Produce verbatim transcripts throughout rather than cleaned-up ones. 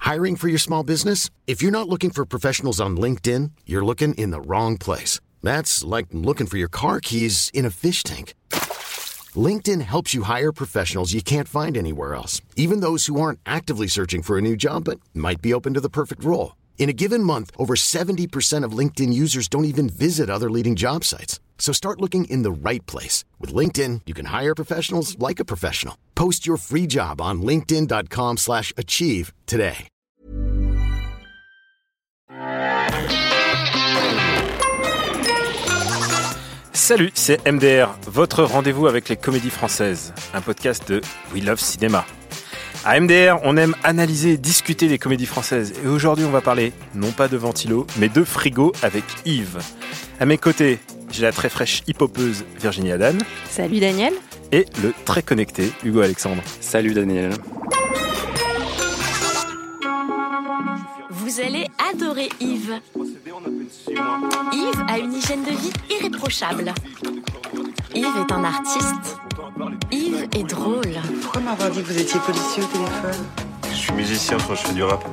Hiring for your small business? If you're not looking for professionals on LinkedIn, you're looking in the wrong place. That's like looking for your car keys in a fish tank. LinkedIn helps you hire professionals you can't find anywhere else, even those who aren't actively searching for a new job but might be open to the perfect role. In a given month, over seventy percent of LinkedIn users don't even visit other leading job sites. So start looking in the right place. With LinkedIn, you can hire professionals like a professional. Post your free job on linkedin.com slash achieve today. Salut, c'est M D R, votre rendez-vous avec les comédies françaises, un podcast de We Love Cinéma. À M D R, on aime analyser et discuter des comédies françaises. Et aujourd'hui, on va parler, non pas de Ventilo, mais de Frigo avec Yves. À mes côtés, j'ai la très fraîche hip-hopeuse Virginie Adan. Salut Daniel. Et le très connecté Hugo Alexandre. Salut Daniel. Vous allez adorer Yves. Yves a une hygiène de vie irréprochable. Yves est un artiste. Yves est drôle. Pourquoi m'avoir dit que vous étiez policier au téléphone ? Je suis musicien quand je fais du rap.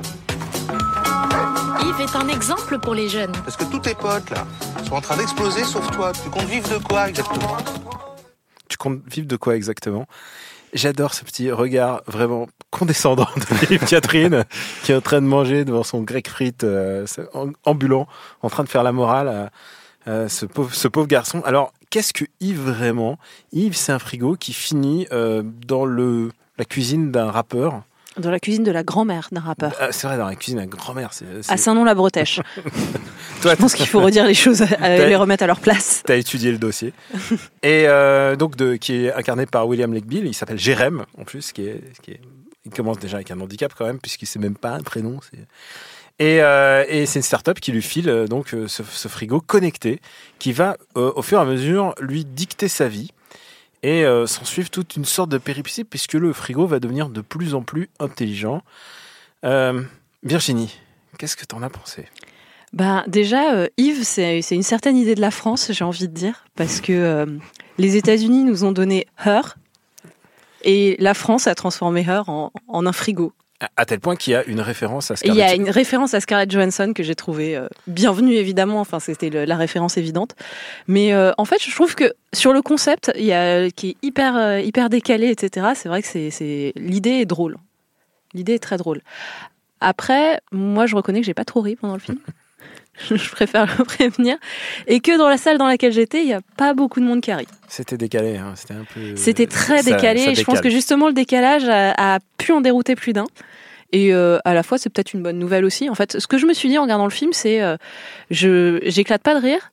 Yves est un exemple pour les jeunes. Parce que tous tes potes, là, sont en train d'exploser sauf toi. Tu comptes vivre de quoi, exactement ? Tu comptes vivre de quoi, exactement ? J'adore ce petit regard vraiment condescendant de Catherine qui est en train de manger devant son grec frites euh, ambulant, en train de faire la morale à, à ce, pauvre, ce pauvre garçon. Alors, qu'est-ce que Yves vraiment ? Yves, c'est un frigo qui finit euh, dans le, la cuisine d'un rappeur. Dans la cuisine de la grand-mère d'un rappeur. Ah, c'est vrai, dans la cuisine de la grand-mère. C'est, c'est... À Saint-Nom-la-Bretèche. Toi, je pense qu'il faut redire les choses, à les remettre à leur place. Tu as étudié le dossier. Et euh, donc, de, qui est incarné par William Legbill. Il s'appelle Jérém, en plus. Qui est, qui est, il commence déjà avec un handicap, quand même, puisqu'il ne sait même pas un prénom. C'est... Et, euh, et c'est une start-up qui lui file euh, donc, euh, ce, ce frigo connecté, qui va, euh, au fur et à mesure, lui dicter sa vie. Et euh, s'en suivre toute une sorte de péripétie, puisque le frigo va devenir de plus en plus intelligent. Euh, Virginie, qu'est-ce que t'en as pensé ? Ben, déjà, euh, Yves, c'est, c'est une certaine idée de la France, j'ai envie de dire, parce que euh, les États-Unis nous ont donné Her, et la France a transformé Her en, en un frigo. À tel point qu'il y a une référence à Scarlett. Il y a une référence à Scarlett Johansson que j'ai trouvée euh, bienvenue, évidemment. Enfin, c'était le, la référence évidente. Mais euh, en fait, je trouve que sur le concept, il y a, qui est hyper, euh, hyper décalé, et cetera, c'est vrai que c'est, c'est, l'idée est drôle. L'idée est très drôle. Après, moi, je reconnais que j'ai pas trop ri pendant le film. Je préfère le prévenir. Et que dans la salle dans laquelle j'étais, il n'y a pas beaucoup de monde qui a ri. C'était décalé, hein. C'était un peu... C'était très ça, décalé. ça et je pense que justement, le décalage a, a pu en dérouter plus d'un. Et euh, à la fois, c'est peut-être une bonne nouvelle aussi. En fait, ce que je me suis dit en regardant le film, c'est euh, je j'éclate pas de rire,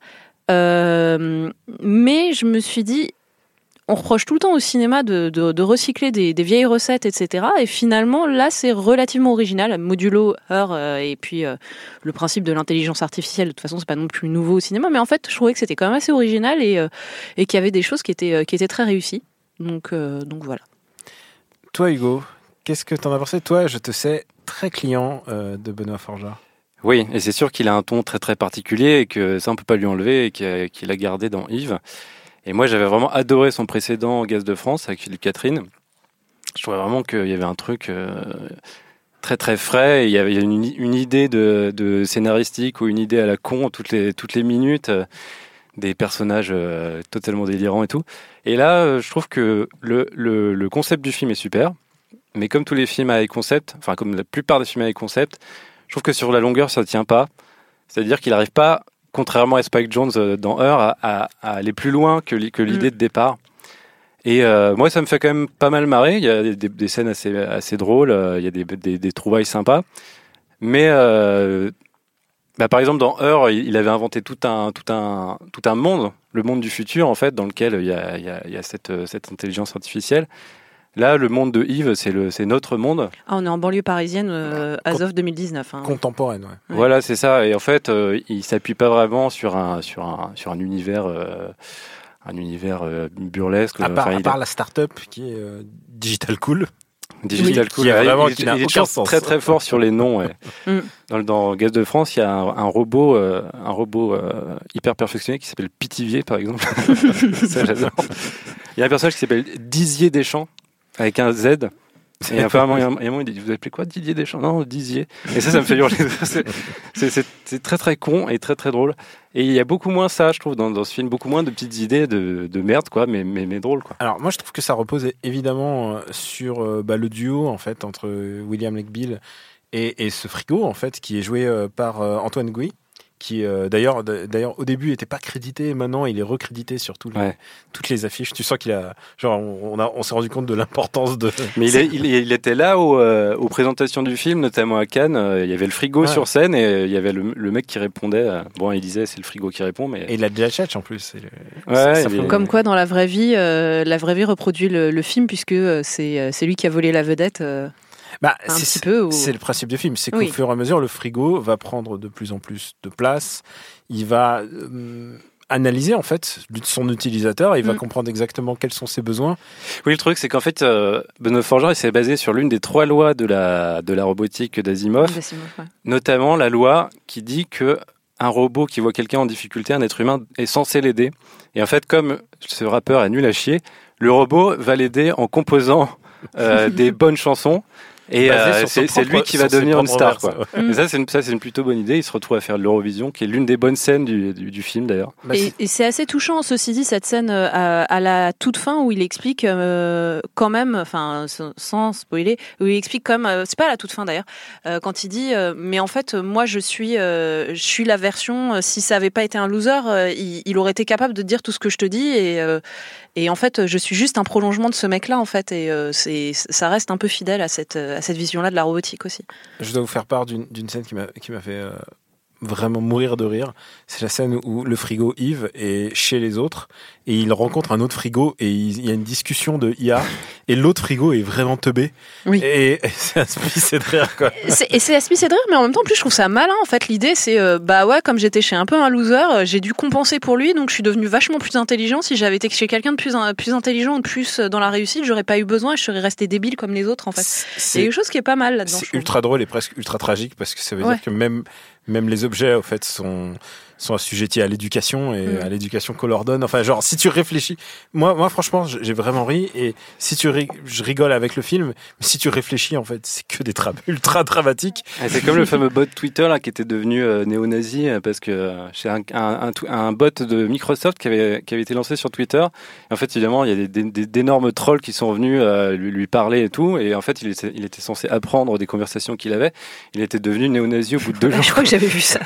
euh, mais je me suis dit, on reproche tout le temps au cinéma de, de, de recycler des, des vieilles recettes, et cetera. Et finalement, là, c'est relativement original, modulo, Her, euh, et puis euh, le principe de l'intelligence artificielle. De toute façon, c'est pas non plus nouveau au cinéma, mais en fait, je trouvais que c'était quand même assez original et euh, et qu'il y avait des choses qui étaient euh, qui étaient très réussies. Donc euh, donc voilà. Toi, Hugo. Qu'est-ce que t'en as pensé ? Toi, je te sais très client euh, de Benoît Forjard. Oui, et c'est sûr qu'il a un ton très très particulier et que ça on peut pas lui enlever et qu'il, qu'il a gardé dans Yves. Et moi, j'avais vraiment adoré son précédent Gaz de France avec Philippe Catherine. Je trouvais vraiment qu'il y avait un truc euh, très très frais. Et il y avait une, une idée de, de scénaristique ou une idée à la con toutes les toutes les minutes, euh, des personnages euh, totalement délirants et tout. Et là, euh, je trouve que le, le le concept du film est super. Mais comme tous les films avec concept, enfin comme la plupart des films avec concept, je trouve que sur la longueur, ça ne tient pas. C'est-à-dire qu'il n'arrive pas, contrairement à Spike Jonze dans Her, à, à, à aller plus loin que, que l'idée de départ. Et euh, moi, ça me fait quand même pas mal marrer. Il y a des, des scènes assez, assez drôles, euh, il y a des, des, des trouvailles sympas. Mais euh, bah, par exemple, dans Her, il avait inventé tout un, tout un, tout un monde, le monde du futur, en fait, dans lequel il y a, il y a, il y a cette, cette intelligence artificielle. Là, le monde de Yves, c'est, le, c'est notre monde. Ah, on est en banlieue parisienne, euh, as of deux mille dix-neuf. Hein. Contemporaine, ouais. ouais. Voilà, c'est ça. Et en fait, euh, il ne s'appuie pas vraiment sur un, sur un, sur un univers, euh, un univers euh, burlesque. À part, enfin, à part a... la start-up qui est euh, Digital Cool. Digital oui, Cool, qui est vraiment, il, qui il, n'a il aucun est sens. Très très fort sur les noms. Ouais. mm. Dans, dans Gaz de France, il y a un, un robot, euh, un robot euh, hyper perfectionné qui s'appelle Pitivier, par exemple. Ça, j'adore. Il y a un personnage qui s'appelle Dizier Deschamps avec un Z. Et enfin, il y a un moment, il dit, vous appelez quoi, Didier Deschamps? Non, Dizier. Et ça, ça me fait hurler. c'est, c'est, c'est, c'est très très con et très très drôle. Et il y a beaucoup moins ça, je trouve, dans, dans ce film, beaucoup moins de petites idées de, de merde, quoi, mais, mais, mais drôle, quoi. Alors moi, je trouve que ça repose évidemment sur euh, bah, le duo en fait entre William Lake Beale et, et ce frigo en fait qui est joué euh, par euh, Antoine Gouy, qui euh, d'ailleurs d'ailleurs au début était pas crédité, et maintenant il est recrédité sur tous les, Ouais. toutes les affiches. Tu sens qu'il a genre on a on s'est rendu compte de l'importance de. Mais il, est, il, il était là au, euh, aux présentations du film, notamment à Cannes. Euh, il y avait le frigo Ouais. sur scène et euh, il y avait le, le mec qui répondait. euh, bon, il disait c'est le frigo qui répond, mais Et il a déjà tchatch en plus. C'est le- Ouais, ça- ça il fait- est- Comme quoi, dans la vraie vie, euh, la vraie vie reproduit le, le film, puisque euh, c'est, euh, c'est lui qui a volé la vedette euh, Bah, un c'est, petit peu. Ou... c'est le principe du film, c'est qu'au Oui. fur et à mesure, le frigo va prendre de plus en plus de place. Il va euh, analyser en fait son utilisateur, et il va Mm. comprendre exactement quels sont ses besoins. oui, le truc c'est qu'en fait, euh, Benoît Forgeant, il s'est basé sur l'une des trois lois de la de la robotique d'Asimov, D'Asimov, ouais. notamment la loi qui dit que un robot qui voit quelqu'un en difficulté, un être humain, est censé l'aider. Et en fait, comme ce rappeur est nul à chier, le robot va l'aider en composant euh, des bonnes chansons. Et Basé euh, sur son c'est, c'est propre- lui qui va sur ses devenir une propres star, vers, quoi. ça. Mm. Et ça, c'est une, ça, c'est une plutôt bonne idée. Il se retrouve à faire de l'Eurovision, qui est l'une des bonnes scènes du, du, du film, d'ailleurs. Bah, Et, c'est- et c'est assez touchant, ceci dit, cette scène euh, à, à la toute fin où il explique euh, quand même, enfin sans- sans spoiler, où il explique comme, euh, c'est pas à la toute fin d'ailleurs, euh, quand il dit, euh, mais en fait, euh, moi je suis, euh, je suis la version. euh, si ça avait pas été un loser, euh, il, il aurait été capable de dire tout ce que je te dis et euh, et en fait, je suis juste un prolongement de ce mec-là en fait, et euh, c'est, ça reste un peu fidèle à cette à cette vision-là de la robotique aussi. Je dois vous faire part d'une, d'une scène qui m'a, qui m'a fait euh, vraiment mourir de rire. C'est la scène où le frigo Yves est chez les autres et il rencontre un autre frigo et il, il y a une discussion de I A et l'autre frigo est vraiment teubé. Oui. Et, et c'est un c'est de rire, quoi. C'est, et c'est aspect, c'est de rire, mais en même temps, en plus, je trouve ça malin. En fait, l'idée, c'est euh, bah ouais, comme j'étais chez un peu un loser, euh, j'ai dû compenser pour lui, donc je suis devenu vachement plus intelligent. Si j'avais été chez quelqu'un de plus, un- plus intelligent, de plus euh, dans la réussite, j'aurais pas eu besoin, et je serais resté débile comme les autres. En fait, il y a C'est, quelque chose qui est pas mal là-dedans. je c'est trouve. ultra drôle et presque ultra tragique parce que ça veut Ouais. dire que même, même les objets, au fait, sont, sont assujettis à l'éducation et Mm. à l'éducation qu'on leur donne. Enfin, genre, si tu réfléchis, moi, moi, franchement, j'ai vraiment ri et si tu ri- je rigole avec le film, mais si tu réfléchis, en fait, c'est que des trames ultra dramatiques. Et c'est comme le fameux bot Twitter là, qui était devenu euh, néo-nazi euh, parce que euh, c'est un, un, un, un bot de Microsoft qui avait, qui avait été lancé sur Twitter. Et en fait, évidemment, il y a des, des, des- d'énormes trolls qui sont venus euh, lui, lui parler et tout. Et en fait, il était, il était censé apprendre des conversations qu'il avait. Il était devenu néo-nazi au bout de deux Ouais, jours. je crois que j'avais vu ça.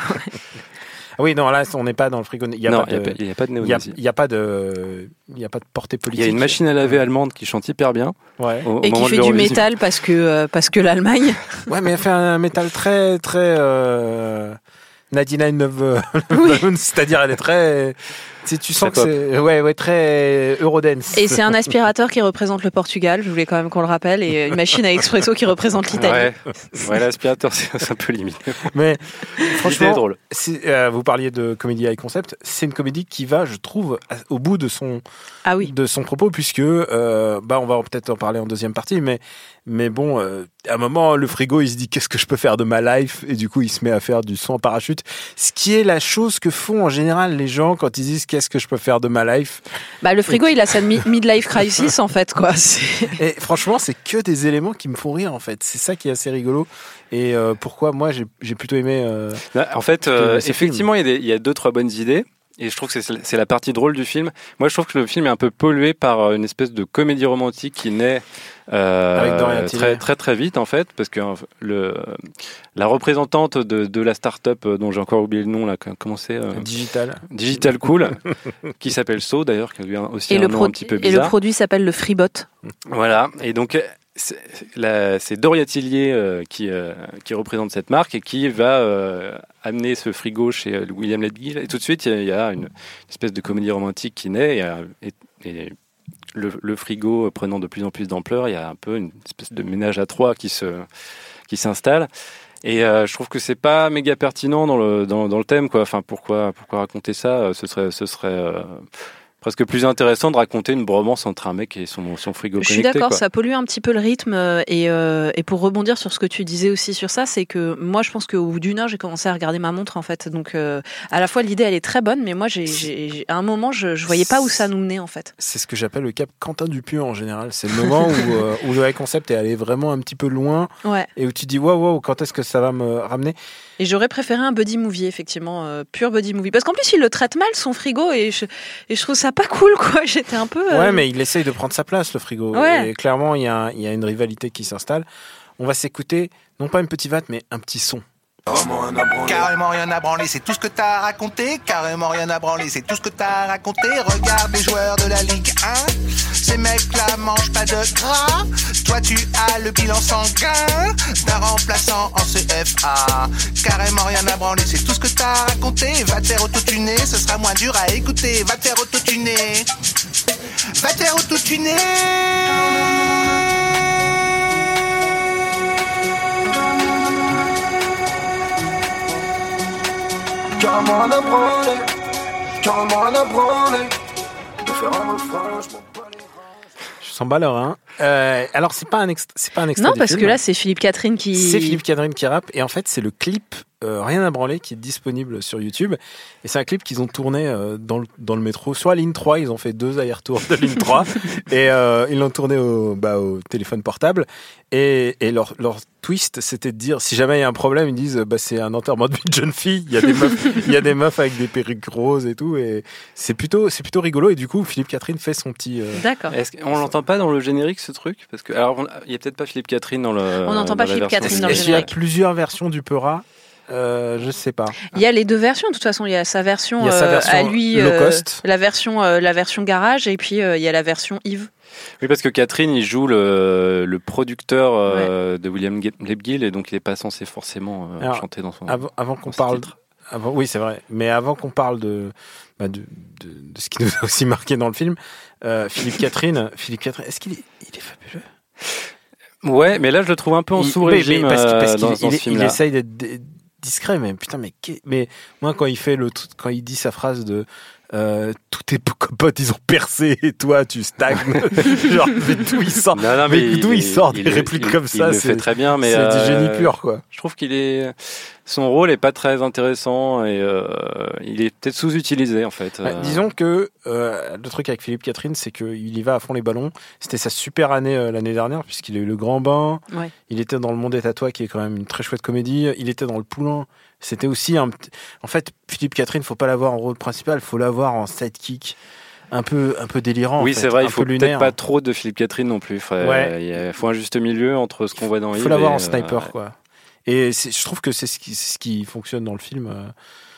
Ah oui, non, là, on n'est pas dans le frigo. Il y a non, pas il de, n'y a, pas de il y a, néo-nazi. il y a pas de, il y a pas de portée Il politique. y a une machine à laver allemande qui chante hyper bien. Ouais. Au, au Et qui moment de fait du l'Eurovision. métal parce que euh, parce que l'Allemagne. Ouais, mais elle fait un métal très, très, euh, Nadina Neve Oui. Balloon, c'est-à-dire elle est très, tu, sais, tu sens que Très c'est, ouais, ouais, très Eurodance. Et c'est un aspirateur qui représente le Portugal. Je voulais quand même qu'on le rappelle, et une machine à expresso qui représente l'Italie. Ouais, ouais l'aspirateur, c'est, c'est un peu limite. Mais L'idée est franchement, drôle. c'est, euh, vous parliez de comédie high concept, c'est une comédie qui va, je trouve, à- au bout de son, Ah oui. de son propos, puisque, euh, bah, on va peut-être en parler en deuxième partie, mais, mais bon, euh, à un moment, le frigo, il se dit qu'est-ce que je peux faire de ma life, et du coup, il se met à faire du saut en parachute, ce qui est la chose que font en général les gens quand ils disent qu'est-ce que je peux faire de ma life. Bah le frigo, il a sa mi- midlife crisis en fait quoi. C'est... Et franchement, c'est que des éléments qui me font rire, en fait. C'est ça qui est assez rigolo. Et euh, pourquoi moi, j'ai, j'ai plutôt aimé. Euh... En fait, Que euh, ce effectivement, il y, a des- il y a deux, trois bonnes idées. Et je trouve que c'est, c'est la partie drôle du film. Moi, je trouve que le film est un peu pollué par une espèce de comédie romantique qui naît euh, Avec Dorian Tilley. très, très très vite en fait, parce que le, la représentante de, de la start-up dont j'ai encore oublié le nom là, comment c'est euh, Digital. Digital Cool, qui s'appelle So d'ailleurs, qui a eu un- aussi Et un le, nom pro- un petit peu et le bizarre. produit s'appelle le Freebot. Voilà, et donc c'est, la, c'est Doria Tillier euh, qui, euh, qui représente cette marque et qui va euh, amener ce frigo chez euh, William Lake Beale. Et tout de suite, il y a, il y a une espèce de comédie romantique qui naît. Et, euh, et, et le, le frigo prenant de plus en plus d'ampleur, il y a un peu une espèce de ménage à trois qui, se, qui s'installe. Et euh, je trouve que c'est pas méga pertinent dans le, dans, dans le thème, quoi. Enfin, pourquoi, pourquoi raconter ça ? Ce serait... Ce serait euh, presque plus intéressant de raconter une bromance entre un mec et son, son frigo Je connecté. suis d'accord, quoi. ça pollue un petit peu le rythme euh, et, euh, et pour rebondir sur ce que tu disais aussi sur ça, c'est que moi je pense qu'au bout d'une heure j'ai commencé à regarder ma montre en fait, donc euh, à la fois l'idée elle est très bonne, mais moi j'ai, j'ai, j'ai- à un moment je, je voyais pas où ça nous menait en fait. C'est ce que j'appelle le cap Quentin Dupieux en général. C'est le moment où, euh, où le high concept est allé vraiment un petit peu loin Ouais. et où tu dis waouh, waouh, quand est-ce que ça va me ramener? Et j'aurais préféré un buddy movie effectivement, euh, pur buddy movie, parce qu'en plus il le traite mal son frigo et je, et je trouve ça pas cool quoi. J'étais un peu. euh, Ouais, mais il essaye de prendre sa place, le frigo. Ouais. Et clairement, il y, a un- il y a une rivalité qui s'installe. On va s'écouter, non pas une petite vatte, mais un petit son. Carrément rien à branler, c'est tout ce que t'as raconté. Carrément rien à branler, c'est tout ce que t'as raconté. Regarde les joueurs de la Ligue un. Ces mecs-là mangent pas de gras. Toi tu as le bilan sanguin d'un remplaçant en C F A. Carrément rien à branler, c'est tout ce que t'as raconté. Va te faire autotuner, ce sera moins dur à écouter. Va te faire autotuner. Va te faire autotuner. Carrément rien à branler, carrément rien à branler. De faire un refrain, je m'en bats les reins. Je sens bas leur hein. Euh, alors, c'est pas un extra, c'est pas un extrait Non, du parce film. que là c'est Philippe Catherine qui. C'est Philippe Catherine qui rappe et en fait c'est le clip euh, Rien à branler qui est disponible sur YouTube et c'est un clip qu'ils ont tourné euh, dans, le, dans le métro, soit à ligne trois, ils ont fait deux allers-retours de ligne trois et euh, ils l'ont tourné au, bah, au téléphone portable et, et leur, leur twist c'était de dire si jamais il y a un problème ils disent bah, c'est un enterrement de vie de jeune fille, il y a des meufs, il y a des meufs avec des perruques roses et tout et c'est plutôt, c'est plutôt rigolo et du coup Philippe Catherine fait son petit... Euh... D'accord. Est-ce qu'on l'entend pas dans le générique ce truc? Parce que alors on- il y a peut-être pas Philippe Catherine dans le. On n'entend dans pas la Philippe version- Catherine dans le Est-ce qu'il y a générique. plusieurs versions du Peura? Euh, je sais pas. Il y a les deux versions de toute façon. Il y a sa version, Il y a sa euh, version à lui, low euh, cost. la version, euh, la version garage, et puis euh, il y a la version Yves. Oui, parce que Catherine, il joue le, le producteur euh, de William Lebguil et donc il n'est pas censé forcément euh, Alors, chanter dans son. Avant, avant qu'on dans ce parle, titre. avant, oui c'est vrai, mais avant qu'on parle de, bah de, de, de ce qui nous a aussi marqué dans le film, euh, Philippe Catherine, Philippe Catherine, est-ce qu'il est, il est fabuleux? Ouais, mais là je le trouve un peu en Il- sous-régime mais- mais parce que- parce euh, qu'il dans, il, dans ce il film-là. essaye d'être d- discret, mais putain, mais qu'est- mais moi quand il fait le, tr- quand il dit sa phrase de euh, tous tes potes ils ont percé et toi tu stagnes, genre mais d'où il sort, Non, non, mais mais d'où il, sort il des le- répliques il- comme il ça, le c'est fait très bien, mais c'est euh, du génie pur quoi. Je trouve qu'il est, son rôle est pas très intéressant et euh, il est peut-être sous-utilisé en fait. Ouais, Euh, disons que euh, le truc avec Philippe Catherine, c'est qu'il y va à fond les ballons. C'était sa super année euh, l'année dernière, puisqu'il a eu Le Grand Bain. Ouais. Il était dans Le Monde est à toi, qui est quand même une très chouette comédie. Il était dans Le Poulain. C'était aussi un. petit- En fait, Philippe Catherine, faut pas l'avoir en rôle principal, faut l'avoir en sidekick, un peu, un peu délirant. Oui, en fait, c'est vrai, un il faut peu peut-être lunaire. pas trop de Philippe Catherine non plus. Faut, Ouais. il y a- faut un juste milieu entre ce qu'on voit dans Il Yves. faut l'avoir et, en sniper, euh, quoi. Et c'est- je trouve que c'est ce qui, c'est ce qui fonctionne dans le film. euh.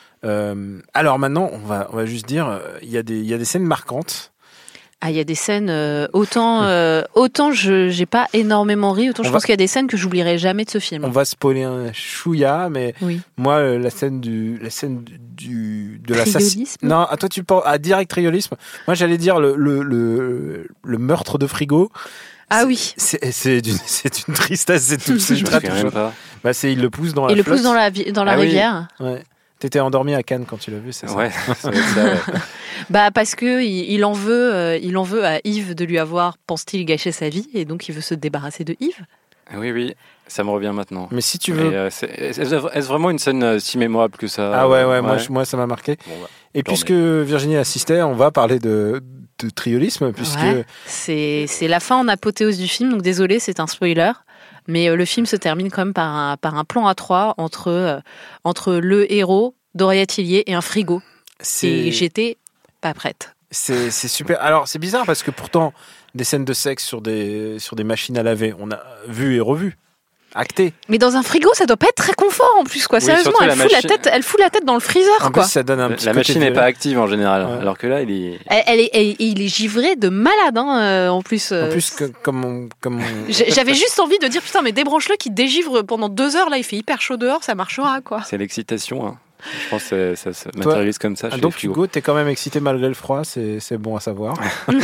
Euh, alors maintenant, on va, on va juste dire, euh, il y a des, il y a des scènes marquantes. Ah, il y a des scènes euh, autant, euh, autant je j'ai pas énormément ri, autant On je va- pense qu'il y a des scènes que j'oublierai jamais de ce film. On va spoiler un chouïa, mais Oui. moi, euh, la scène du, la scène du, de l'assassinat. Triolisme. Non, à toi tu penses à direct triolisme. Moi, j'allais dire le, le, le, le meurtre de frigo. Ah oui. C'est, c'est d'une, c'est une tristesse, c'est tout. C'est Je me ultra souviens même touchant. pas. Bah, c'est, il le pousse dans la Il le flotte. pousse dans la vi- dans la Ah oui. rivière. Ouais. T'étais endormi à Cannes quand tu l'as vu, c'est ça? Ouais, ça va être ça, ouais. Bah parce que il, il en veut, euh, il en veut à Yves de lui avoir, pense-t-il, gâché sa vie, et donc il veut se débarrasser de Yves. Oui, oui, ça me revient maintenant. Mais si tu Mais, veux. euh, c'est- est-ce est-ce vraiment une scène euh, si mémorable que ça? Ah ouais, ouais, Moi, je- moi, ça m'a marqué. Bon, bah. Et J'en puisque Virginie assistait, on va parler de, de triolisme, puisque. Ouais. C'est c'est la fin en apothéose du film, donc désolé, c'est un spoiler. Mais euh, le film se termine quand même par un, par un plan à trois entre, euh, entre le héros, Doria Tillier, et un frigo. c'est... Et j'étais pas prête. C'est, c'est super. Alors, c'est bizarre parce que pourtant, des scènes de sexe sur des, sur des machines à laver, on a vu et revu. Acté. Mais dans un frigo, ça doit pas être très confort en plus, quoi. Oui, Sérieusement, surtout elle la fout, machine- la tête, elle fout la tête dans le freezer, En quoi. plus, ça donne un La, petit la côté machine n'est violent. pas active en général, Ouais. alors que là, il est. Elle, elle est, elle- il est givré de malade, hein, euh, en plus. euh, En plus, que, comme on, comme on- J'ai- J'avais juste envie de dire, putain, mais débranche-le qui dégivre pendant deux heures, là, il fait hyper chaud dehors, ça marchera, quoi. C'est l'excitation. Hein. Je pense que ça, ça se matérialise comme ça. Ah, chez donc Frigo. Hugo, t'es quand même excité malgré le froid, c'est, c'est bon à savoir.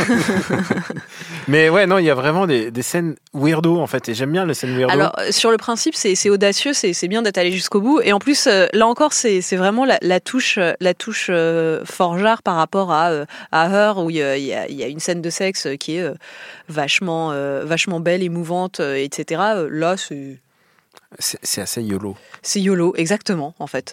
Mais ouais, non, il y a vraiment des, des scènes weirdo en fait, et j'aime bien les scènes weirdo. Alors, euh, sur le principe, c'est, c'est audacieux, c'est, c'est bien d'être allé jusqu'au bout. Et en plus, euh, là encore, c'est, c'est vraiment la, la touche, euh, la touche euh, Forgeard par rapport à, euh, à Her, où il y a, il y a- il y a une scène de sexe qui est euh, vachement, euh, vachement belle, émouvante, euh, et cetera. Euh, Là, c'est, c'est, c'est assez YOLO. c'est YOLO, exactement, en fait.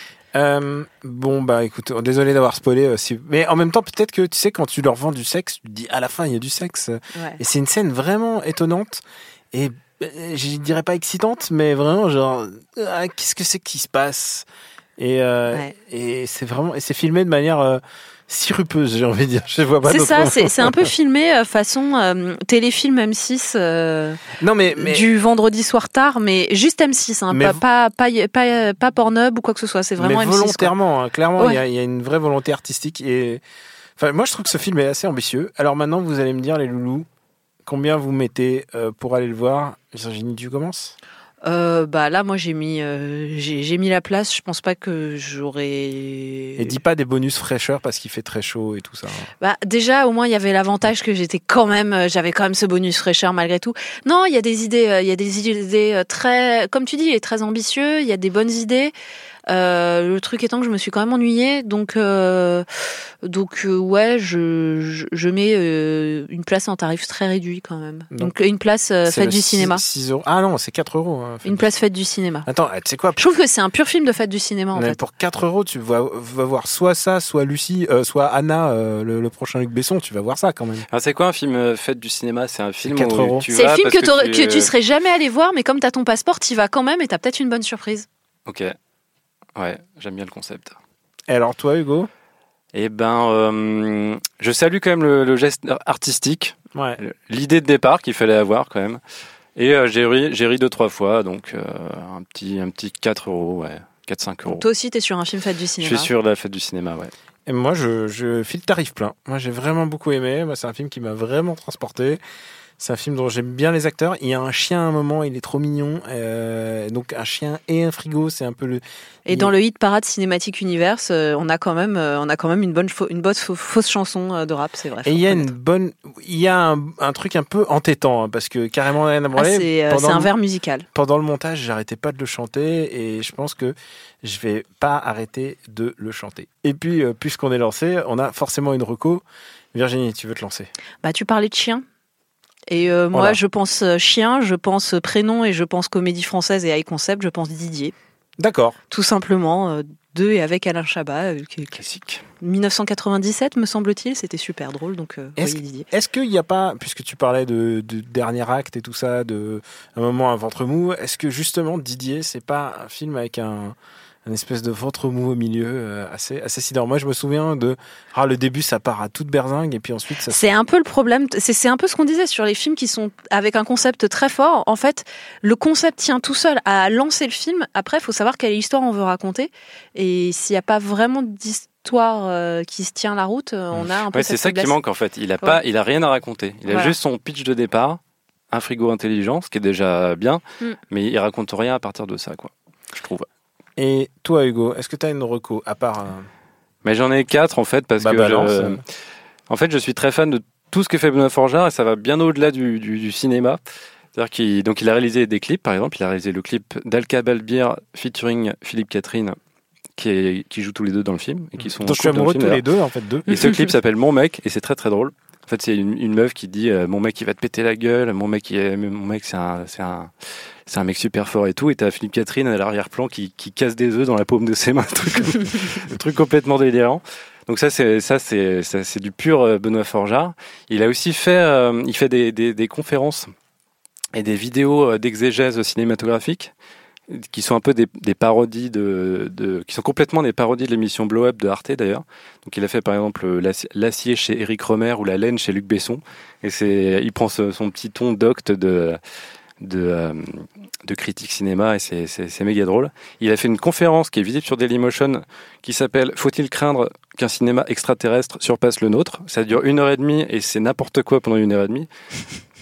Euh, bon bah écoute, oh, désolé d'avoir spoilé, euh, si... mais en même temps peut-être que tu sais quand tu leur vends du sexe, tu te dis à la fin il y a du sexe. Ouais. Et c'est une scène vraiment étonnante et euh, je dirais pas excitante, mais vraiment genre ah, qu'est-ce que c'est qui se passe et euh, Ouais. et c'est vraiment et c'est filmé de manière euh, sirupeuse, j'ai envie de dire. Je vois pas C'est d'autre ça, mot. c'est, c'est un peu filmé euh, façon euh, téléfilm M six euh, Non mais mais du vendredi soir tard, mais juste M six, hein, Mais pas, pas, pas, pas, pas Pornhub ou quoi que ce soit, c'est vraiment mais M six. quoi. volontairement, hein, clairement, il Ouais. y, a, il y a une vraie volonté artistique et enfin moi je trouve que ce film est assez ambitieux. Alors maintenant vous allez me dire les loulous, combien vous mettez euh, pour aller le voir? Virginie, tu commences? Euh, bah là, moi, j'ai mis, euh, j'ai, j'ai mis la place. Je pense pas que j'aurais. Et dis pas des bonus fraîcheur parce qu'il fait très chaud et tout ça. Bah déjà, au moins, il y avait l'avantage que j'étais quand même, euh, j'avais quand même ce bonus fraîcheur malgré tout. Non, il y a des idées, euh, il y a des idées euh, très, comme tu dis, il est très ambitieux. Il y a des bonnes idées. Euh, le truc étant que je me suis quand même ennuyée, donc euh, donc euh, ouais, je, je je mets euh, une place en tarif très réduit quand même. Donc, Donc une place euh, C'est fête le du six- cinéma. six euros. Ah non, c'est quatre euros. hein. Une place fête du cinéma. Attends, tu sais quoi? Je trouve que c'est un pur film de fête du cinéma en Mais fait. pour quatre euros, tu vas, vas voir soit ça, soit Lucie, euh, soit Anna, euh, le, le prochain Luc Besson. Tu vas voir ça quand même. Alors, c'est quoi un film euh, fête du cinéma? C'est un film quatre où euros. tu C'est le vas film parce que, t'aurais- tu, que tu serais jamais allé voir, mais comme t'as ton passeport, t'y vas quand même et t'as peut-être une bonne surprise. Ok. Ouais, j'aime bien le concept. Et alors toi, Hugo? Eh ben, euh, je salue quand même le, le geste artistique, Ouais. l'idée de départ qu'il fallait avoir quand même. Et euh, j'ai ri, j'ai ri deux trois fois, donc euh, un petit, un petit quatre euros, ouais, quatre cinq euros. Toi aussi, t'es sur un film fête du Je cinéma. suis sur la fête du cinéma, ouais. Et moi, je, je file tarif plein. Moi, j'ai vraiment beaucoup aimé. Moi, c'est un film qui m'a vraiment transporté. C'est un film dont j'aime bien les acteurs. Il y a un chien à un moment, il est trop mignon. Euh, donc un chien et un frigo, c'est un peu le. Et dans le hit parade Cinematic Universe, euh, on a quand même, euh, on a quand même une bonne, fau- une bonne fau- fausse chanson euh, de rap, c'est vrai. Et faut il y a une reconnaître. bonne, il y a un, un truc un peu entêtant hein, parce que carrément rien à Ah, branler. c'est, euh, pendant c'est un le- vers musical. Pendant le montage, j'arrêtais pas de le chanter et je pense que je vais pas arrêter de le chanter. Et puis, euh, puisqu'on est lancé, on a forcément une reco. Virginie, tu veux te lancer? Bah, tu parlais de chien. Et euh, moi, Voilà. je pense euh, chien, je pense euh, prénom et je pense comédie française et high concept, je pense Didier. D'accord. Tout simplement, euh, de et avec Alain Chabat, euh, qui- qui- Classique. dix-neuf cent quatre-vingt-dix-sept, me semble-t-il, c'était super drôle, donc euh, Est-ce, voyez Didier. est-ce qu'il n'y a pas, puisque tu parlais de, de dernier acte et tout ça, de un moment un ventre mou, est-ce que justement Didier, c'est pas un film avec un, un espèce de ventre mou au milieu euh, assez, assez sidérant? Moi, je me souviens de ah le début, ça part à toute berzingue et puis ensuite ça. C'est un peu le problème, c'est, c'est un peu ce qu'on disait sur les films qui sont avec un concept très fort. En fait, le concept tient tout seul à lancer le film. Après, il faut savoir quelle histoire on veut raconter. Et s'il n'y a pas vraiment d'histoire euh, qui se tient la route, euh, on a un peu Ouais, cette c'est ça qui faiblesse. manque en fait. Il a pas, il a rien à raconter. Il a Voilà. juste son pitch de départ, un frigo intelligent, ce qui est déjà bien, Mm. mais il raconte rien à partir de ça, quoi. Je trouve. Et toi, Hugo, est-ce que tu as une reco à part euh, Mais j'en ai quatre en fait parce bah, que balance, je- euh. en fait je suis très fan de tout ce que fait Benoît Forgeard et ça va bien au-delà du, du, du cinéma. C'est-à-dire qu'il donc il a réalisé des clips, par exemple, il a réalisé le clip d'Alka Balbir featuring Philippe Catherine qui, est, qui jouent tous les deux dans le film et qui sont en dont je suis couple dans le amoureux film, tous les d'ailleurs. deux, en fait, deux. Et ce clip s'appelle Mon mec et c'est très très drôle. En fait, c'est une, une meuf qui dit euh, mon mec il va te péter la gueule, mon mec il est, mon mec c'est un c'est un c'est un mec super fort et tout. Et t'as Philippe Catherine à l'arrière-plan qui, qui casse des œufs dans la paume de ses mains, un truc, un truc complètement délirant. Donc ça c'est ça c'est ça, c'est du pur euh, Benoît Forgeard. Il a aussi fait euh, il fait des, des des conférences et des vidéos euh, d'exégèse cinématographique qui sont un peu des, des parodies de, de qui sont complètement des parodies de l'émission Blow Up de Arte d'ailleurs. Donc il a fait par exemple L'acier, l'acier chez Éric Rohmer ou La laine chez Luc Besson et c'est il prend ce, son petit ton docte de de euh, de critique cinéma et c'est c'est c'est méga drôle. Il a fait une conférence qui est visible sur Dailymotion qui s'appelle Faut-il craindre qu'un cinéma extraterrestre surpasse le nôtre? Ça dure une heure et demie et c'est n'importe quoi pendant une heure et demie.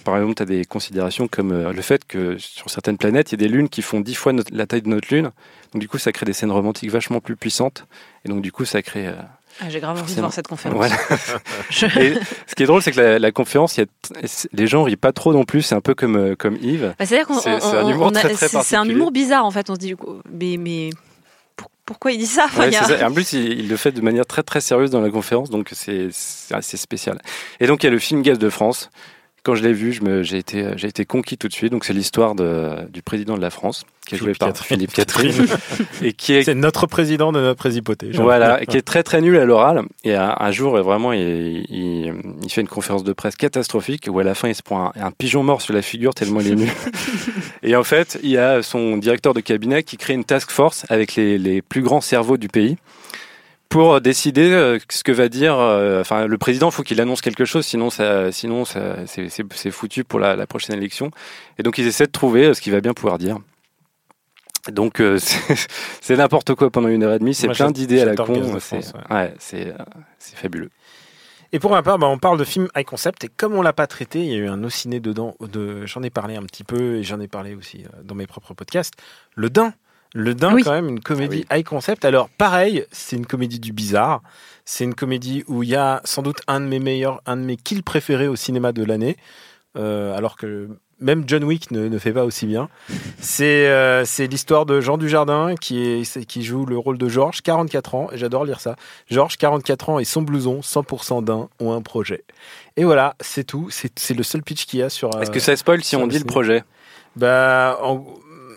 par exemple, tu as des considérations comme euh, le fait que sur certaines planètes, il y a des lunes qui font dix fois notre, la taille de notre lune. Donc du coup, ça crée des scènes romantiques vachement plus puissantes. Et donc du coup, ça crée... Euh, ah, j'ai grave envie forcément. de voir cette conférence. Voilà. Je... Et ce qui est drôle, c'est que la, la conférence, il y a, les gens rient pas trop non plus. C'est un peu comme, euh, comme Yves. Bah, c'est-à-dire qu'on, c'est, on, c'est un humour on a, très, très c'est, particulier. c'est un humour bizarre en fait. On se dit, mais... mais... Pourquoi il dit ça, enfin, ouais, y a... c'est ça. Et en plus, il, il le fait de manière très très sérieuse dans la conférence, donc c'est, c'est assez spécial. Et donc il y a le film Gaz de France. Quand je l'ai vu, je me, j'ai été j'ai été conquis tout de suite. Donc c'est l'histoire de, du président de la France, qui est joué par Philippe Catherine, et qui est c'est notre président de notre présipoté. Voilà, qui est très très nul à l'oral. Et un, un jour, vraiment, il, il, il fait une conférence de presse catastrophique où à la fin, il se prend un, un pigeon mort sur la figure tellement il est nul. Et en fait, il y a son directeur de cabinet qui crée une task force avec les, les plus grands cerveaux du pays pour décider euh, ce que va dire. Euh, enfin, le président, il faut qu'il annonce quelque chose, sinon, ça, sinon ça, c'est, c'est, c'est foutu pour la, la prochaine élection. Et donc, ils essaient de trouver euh, ce qu'il va bien pouvoir dire. Donc, euh, c'est, c'est n'importe quoi pendant une heure et demie. C'est Moi, plein d'idées à la con. C'est, France, ouais. Ouais, c'est, euh, c'est fabuleux. Et pour ma part, bah, on parle de film high concept, et comme on l'a pas traité, il y a eu unociné dedans. De, j'en ai parlé un petit peu, et j'en ai parlé aussi euh, dans mes propres podcasts. Le Dain. Le Dain, oui. Quand même, une comédie ah oui. high concept. Alors, pareil, c'est une comédie du bizarre. C'est une comédie où il y a sans doute un de mes meilleurs, un de mes kills préférés au cinéma de l'année. Euh, alors que même John Wick ne, ne fait pas aussi bien. C'est, euh, c'est l'histoire de Jean Dujardin qui, est, qui joue le rôle de Georges, quarante-quatre ans. Et j'adore lire ça. Georges, quarante-quatre ans, et son blouson, cent pour cent Dain, ont un projet. Et voilà, c'est tout. C'est, c'est le seul pitch qu'il y a sur. Est-ce que ça spoil si on dit le projet ? Bah, en...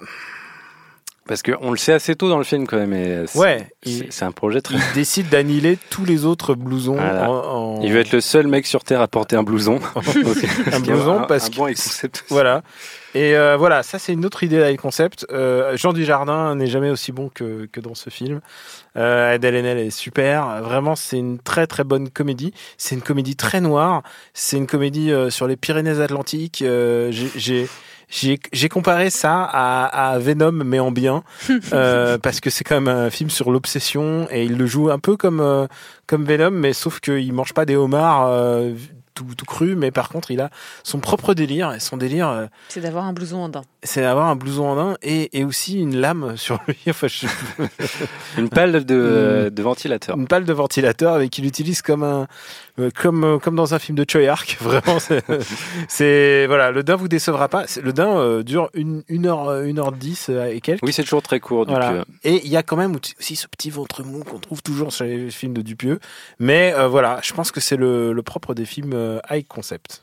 Parce qu'on le sait assez tôt dans le film quand même. Et c'est, ouais, c'est, il, c'est un projet très. Il décide d'annihiler tous les autres blousons. Voilà. En, en... Il veut être le seul mec sur Terre à porter un blouson. un blouson parce un, un que. bon concept. Voilà. Et euh, voilà, ça c'est une autre idée avec concept. Euh, Jean Dujardin n'est jamais aussi bon que, que dans ce film. Euh, Adèle Haenel est super. Vraiment, c'est une très très bonne comédie. C'est une comédie très noire. C'est une comédie euh, sur les Pyrénées-Atlantiques. Euh, j'ai, j'ai J'ai, j'ai comparé ça à, à Venom, mais en bien, euh, parce que c'est quand même un film sur l'obsession, et il le joue un peu comme euh, comme Venom, mais sauf qu'il mange pas des homards euh, tout, tout cru, mais par contre il a son propre délire, et son délire, euh, c'est d'avoir un blouson en daim. C'est d'avoir un blouson en daim et, et aussi une lame sur lui. Enfin, je... une pale de, de ventilateur. Une pale de ventilateur avec qu'il utilise comme un comme comme dans un film de Choi Ark. Vraiment, c'est, c'est voilà. Le Dain vous décevra pas. Le Dain euh, dure une une heure une heure dix et quelques. Oui, c'est toujours très court. Voilà. Dupieux. Et il y a quand même aussi ce petit ventre mou qu'on trouve toujours sur les films de Dupieux. Mais euh, voilà, je pense que c'est le, le propre des films euh, high concept.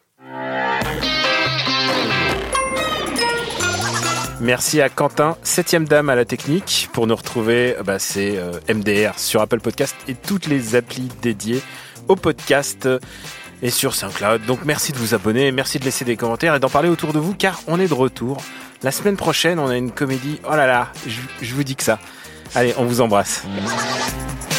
Merci à Quentin, septième dame à la technique. Pour nous retrouver, bah, c'est euh, M D R sur Apple Podcast et toutes les applis dédiées au podcast et sur SoundCloud. Donc merci de vous abonner, merci de laisser des commentaires et d'en parler autour de vous, car on est de retour. La semaine prochaine, on a une comédie. Oh là là, je, je vous dis que ça. Allez, on vous embrasse. Mmh.